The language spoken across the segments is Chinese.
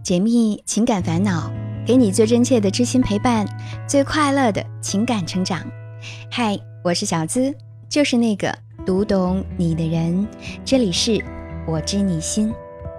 解密情感烦恼，给你最真切的知心陪伴，最快乐的情感成长。嗨，我是小资，就是那个读懂你的人。这里是我知你心。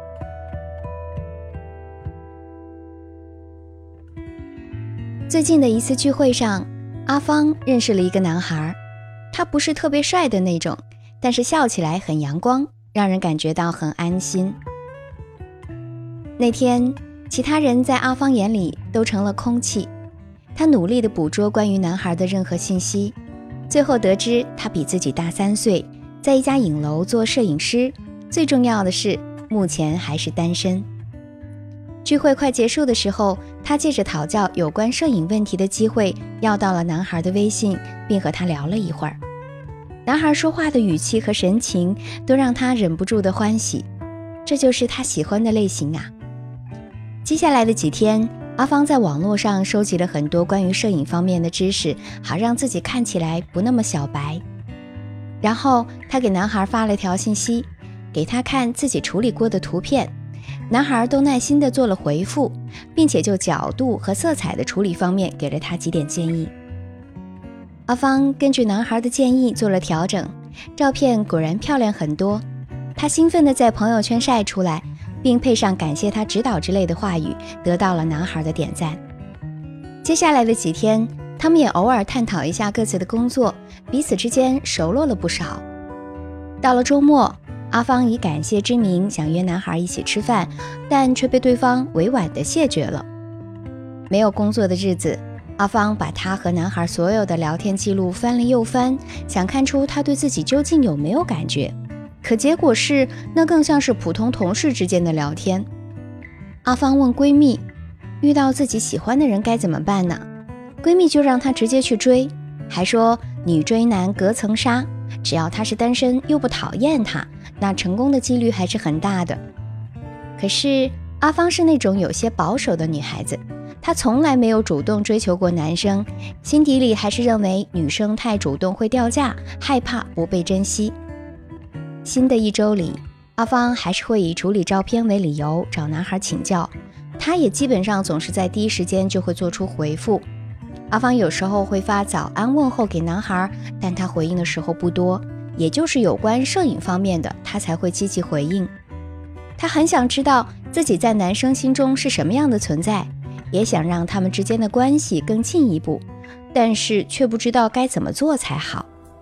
最近的一次聚会上，阿芳认识了一个男孩，他不是特别帅的那种，但是笑起来很阳光，让人感觉到很安心。那天，其他人在阿芳眼里都成了空气。他努力地捕捉关于男孩的任何信息，最后得知他比自己大3岁，在一家影楼做摄影师，最重要的是，目前还是单身。聚会快结束的时候，他借着讨教有关摄影问题的机会，要到了男孩的微信，并和他聊了一会儿。男孩说话的语气和神情都让他忍不住的欢喜，这就是他喜欢的类型啊。接下来的几天，阿芳在网络上收集了很多关于摄影方面的知识，好让自己看起来不那么小白。然后他给男孩发了条信息，给他看自己处理过的图片，男孩都耐心地做了回复，并且就角度和色彩的处理方面给了他几点建议。阿芳根据男孩的建议做了调整，照片果然漂亮很多，他兴奋地在朋友圈晒出来，并配上感谢他指导之类的话语，得到了男孩的点赞。接下来的几天，他们也偶尔探讨一下各自的工作，彼此之间熟络了不少。到了周末，阿芳以感谢之名想约男孩一起吃饭，但却被对方委婉地谢绝了。没有工作的日子，阿芳把他和男孩所有的聊天记录翻了又翻，想看出他对自己究竟有没有感觉。可结果是，那更像是普通同事之间的聊天。阿芳问闺蜜，遇到自己喜欢的人该怎么办呢？闺蜜就让她直接去追，还说女追男隔层纱，只要他是单身又不讨厌他，那成功的几率还是很大的。可是阿芳是那种有些保守的女孩子，她从来没有主动追求过男生，心底里还是认为女生太主动会掉价，害怕不被珍惜。新的一周里，阿芳还是会以处理照片为理由找男孩请教，他也基本上总是在第一时间就会做出回复。阿芳有时候会发早安问候给男孩，但他回应的时候不多，也就是有关摄影方面的，他才会积极回应。他很想知道自己在男生心中是什么样的存在，也想让他们之间的关系更进一步，但是却不知道该怎么做才好。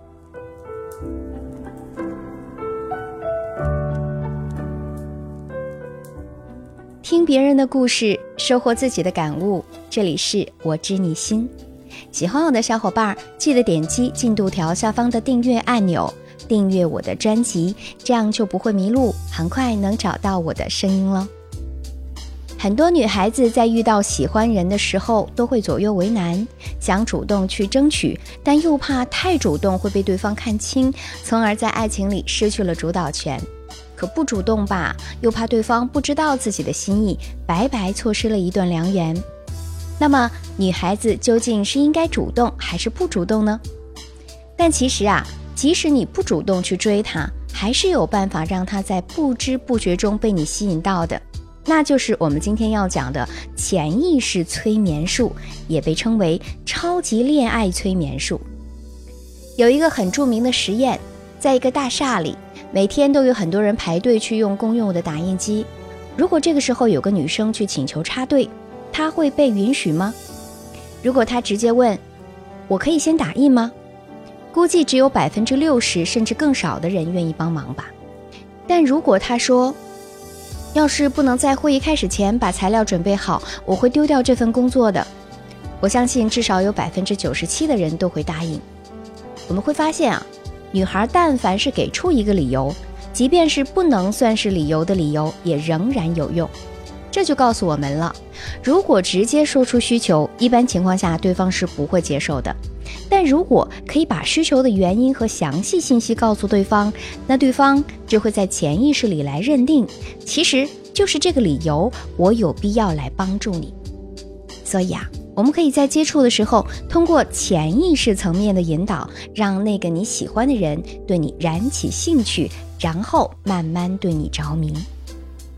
听别人的故事，收获自己的感悟，这里是我知你心。喜欢我的小伙伴记得点击进度条下方的订阅按钮，订阅我的专辑，这样就不会迷路，很快能找到我的声音了。很多女孩子在遇到喜欢人的时候都会左右为难，想主动去争取，但又怕太主动会被对方看清，从而在爱情里失去了主导权。可不主动吧，又怕对方不知道自己的心意，白白错失了一段良缘。那么女孩子究竟是应该主动还是不主动呢？但其实即使你不主动去追他，还是有办法让他在不知不觉中被你吸引到的，那就是我们今天要讲的潜意识催眠术，也被称为超级恋爱催眠术。有一个很著名的实验，在一个大厦里，每天都有很多人排队去用公用的打印机。如果这个时候有个女生去请求插队，她会被允许吗？如果她直接问，我可以先打印吗？估计只有 60% 甚至更少的人愿意帮忙吧。但如果她说，要是不能在会议开始前把材料准备好，我会丢掉这份工作的，我相信至少有 97% 的人都会答应。我们会发现女孩但凡是给出一个理由，即便是不能算是理由的理由，也仍然有用。这就告诉我们了，如果直接说出需求，一般情况下对方是不会接受的。但如果可以把需求的原因和详细信息告诉对方，那对方就会在潜意识里来认定，其实就是这个理由，我有必要来帮助你。所以我们可以在接触的时候，通过潜意识层面的引导，让那个你喜欢的人对你燃起兴趣，然后慢慢对你着迷。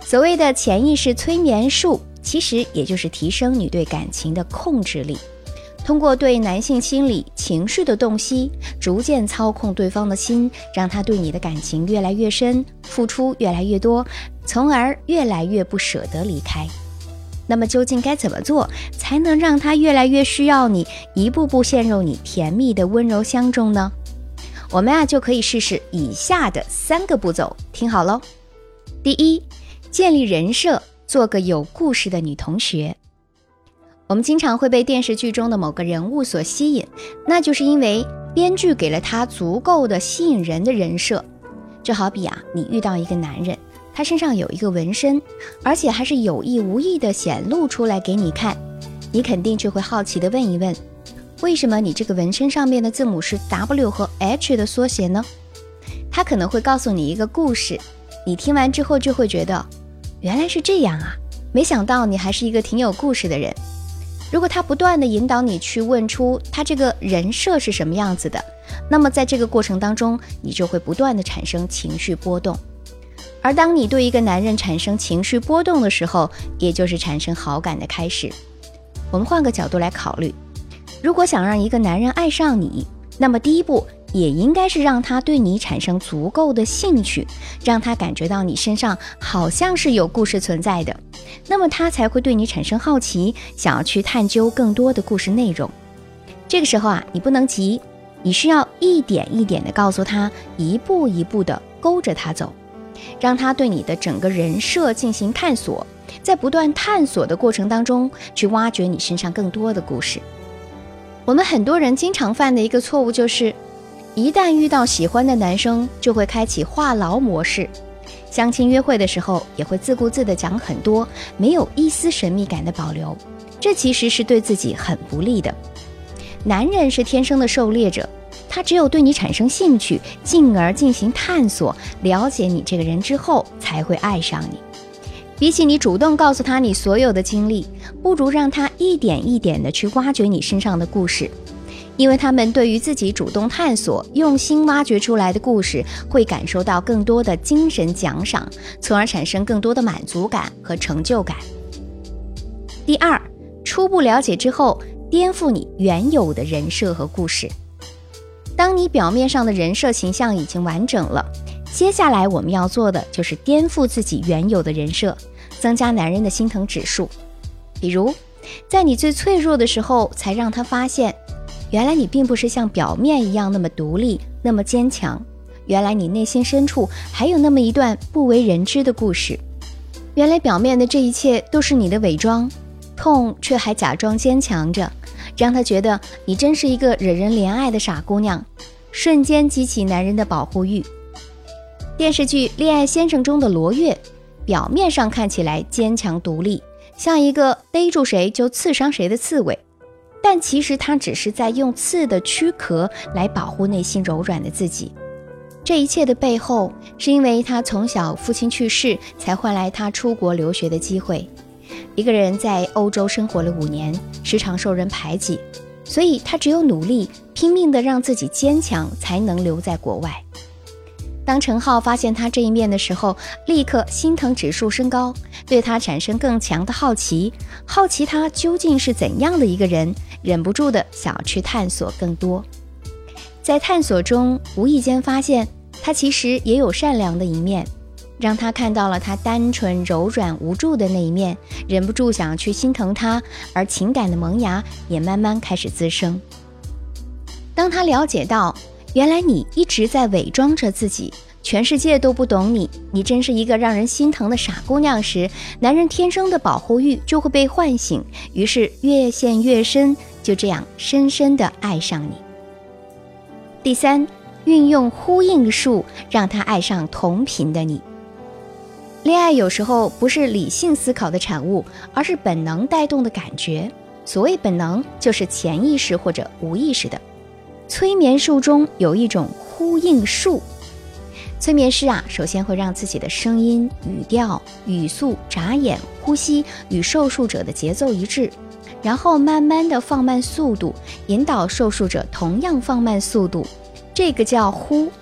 所谓的潜意识催眠术，其实也就是提升你对感情的控制力，通过对男性心理情绪的洞悉，逐渐操控对方的心，让他对你的感情越来越深，付出越来越多，从而越来越不舍得离开。那么究竟该怎么做才能让他越来越需要你，一步步陷入你甜蜜的温柔相中呢？我们就可以试试以下的3个步骤，听好咯。第一，建立人设，做个有故事的女同学。我们经常会被电视剧中的某个人物所吸引，那就是因为编剧给了他足够的吸引人的人设。就好比你遇到一个男人，他身上有一个纹身，而且还是有意无意地显露出来给你看，你肯定就会好奇地问一问，为什么你这个纹身上面的字母是 W 和 H 的缩写呢？他可能会告诉你一个故事，你听完之后就会觉得，原来是这样啊，没想到你还是一个挺有故事的人。如果他不断地引导你去问出他这个人设是什么样子的，那么在这个过程当中，你就会不断地产生情绪波动。而当你对一个男人产生情绪波动的时候，也就是产生好感的开始。我们换个角度来考虑，如果想让一个男人爱上你，那么第一步也应该是让他对你产生足够的兴趣，让他感觉到你身上好像是有故事存在的，那么他才会对你产生好奇，想要去探究更多的故事内容。这个时候你不能急，你需要一点一点的告诉他，一步一步的勾着他走，让他对你的整个人设进行探索，在不断探索的过程当中，去挖掘你身上更多的故事。我们很多人经常犯的一个错误就是，一旦遇到喜欢的男生，就会开启话痨模式，相亲约会的时候也会自顾自地讲很多，没有一丝神秘感的保留，这其实是对自己很不利的。男人是天生的狩猎者，他只有对你产生兴趣，进而进行探索，了解你这个人之后，才会爱上你。比起你主动告诉他你所有的经历，不如让他一点一点地去挖掘你身上的故事，因为他们对于自己主动探索、用心挖掘出来的故事，会感受到更多的精神奖赏，从而产生更多的满足感和成就感。第二，初步了解之后，颠覆你原有的人设和故事。当你表面上的人设形象已经完整了，接下来我们要做的就是颠覆自己原有的人设，增加男人的心疼指数。比如，在你最脆弱的时候，才让他发现，原来你并不是像表面一样那么独立，那么坚强，原来你内心深处还有那么一段不为人知的故事。原来表面的这一切都是你的伪装，痛却还假装坚强着，让他觉得你真是一个惹人怜爱的傻姑娘，瞬间激起男人的保护欲。电视剧《恋爱先生》中的罗月，表面上看起来坚强独立，像一个逮住谁就刺伤谁的刺猬，但其实他只是在用刺的躯壳来保护内心柔软的自己。这一切的背后，是因为他从小父亲去世，才换来他出国留学的机会。一个人在欧洲生活了5年，时常受人排挤，所以他只有努力拼命地让自己坚强，才能留在国外。当陈浩发现他这一面的时候，立刻心疼指数升高，对他产生更强的好奇，好奇他究竟是怎样的一个人，忍不住的想要去探索更多。在探索中，无意间发现他其实也有善良的一面，让他看到了他单纯、柔软、无助的那一面，忍不住想要去心疼他，而情感的萌芽也慢慢开始滋生。当他了解到，原来你一直在伪装着自己，全世界都不懂你，你真是一个让人心疼的傻姑娘时，男人天生的保护欲就会被唤醒，于是越陷越深，就这样深深地爱上你。第三，运用呼应术，让他爱上同频的你。恋爱有时候不是理性思考的产物，而是本能带动的感觉。所谓本能，就是潜意识或者无意识的。催眠术中有一种呼应术，催眠师首先会让自己的声音、语调、语速、眨眼、呼吸与受术者的节奏一致，然后慢慢的放慢速度，引导受术者同样放慢速度，这个叫呼。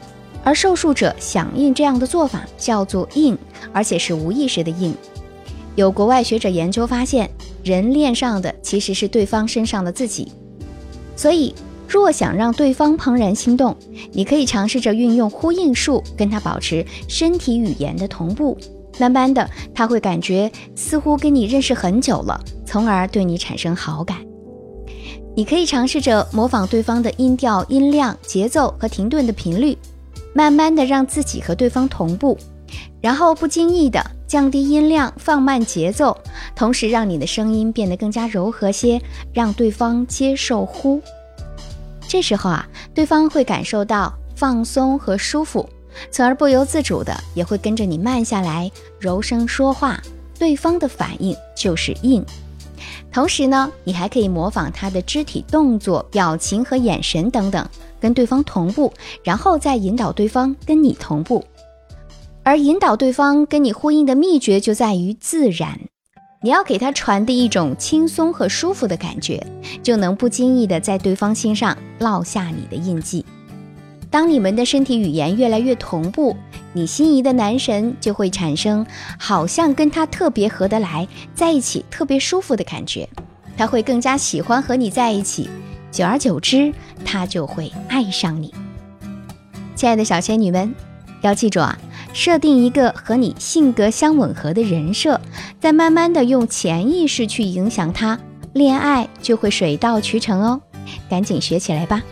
而受术者响应这样的做法叫做应，而且是无意识的应。有国外学者研究发现，人恋上的其实是对方身上的自己。所以若想让对方怦然心动，你可以尝试着运用呼应术跟他保持身体语言的同步，慢慢的他会感觉似乎跟你认识很久了，从而对你产生好感。你可以尝试着模仿对方的音调、音量、节奏和停顿的频率，慢慢的让自己和对方同步，然后不经意的降低音量，放慢节奏，同时让你的声音变得更加柔和些，让对方接受呼。这时候对方会感受到放松和舒服，从而不由自主的也会跟着你慢下来，柔声说话，对方的反应就是应。同时呢，你还可以模仿他的肢体动作、表情和眼神等等，跟对方同步，然后再引导对方跟你同步。而引导对方跟你呼应的秘诀就在于自然，你要给他传递一种轻松和舒服的感觉，就能不经意的在对方心上烙下你的印记。当你们的身体语言越来越同步，你心仪的男神就会产生好像跟他特别合得来，在一起特别舒服的感觉，他会更加喜欢和你在一起，久而久之他就会爱上你。亲爱的小仙女们，要记住设定一个和你性格相吻合的人设，再慢慢的用潜意识去影响他，恋爱就会水到渠成哦。赶紧学起来吧。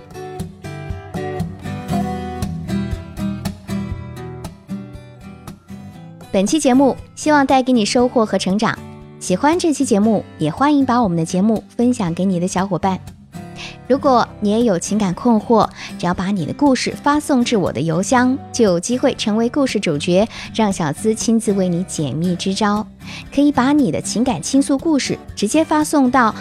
本期节目希望带给你收获和成长，喜欢这期节目也欢迎把我们的节目分享给你的小伙伴。如果你也有情感困惑，只要把你的故事发送至我的邮箱，就有机会成为故事主角，让小资亲自为你解密支招。可以把你的情感倾诉故事直接发送到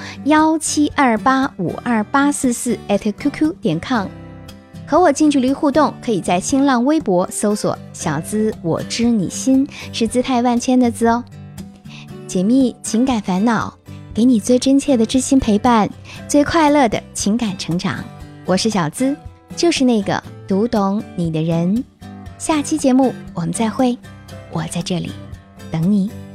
1728528844@qq.com。和我近距离互动，可以在新浪微博搜索小资我知你心，是姿态万千的资哦。解密情感烦恼，给你最真切的知心陪伴，最快乐的情感成长。我是小资，就是那个读懂你的人。下期节目我们再会，我在这里等你。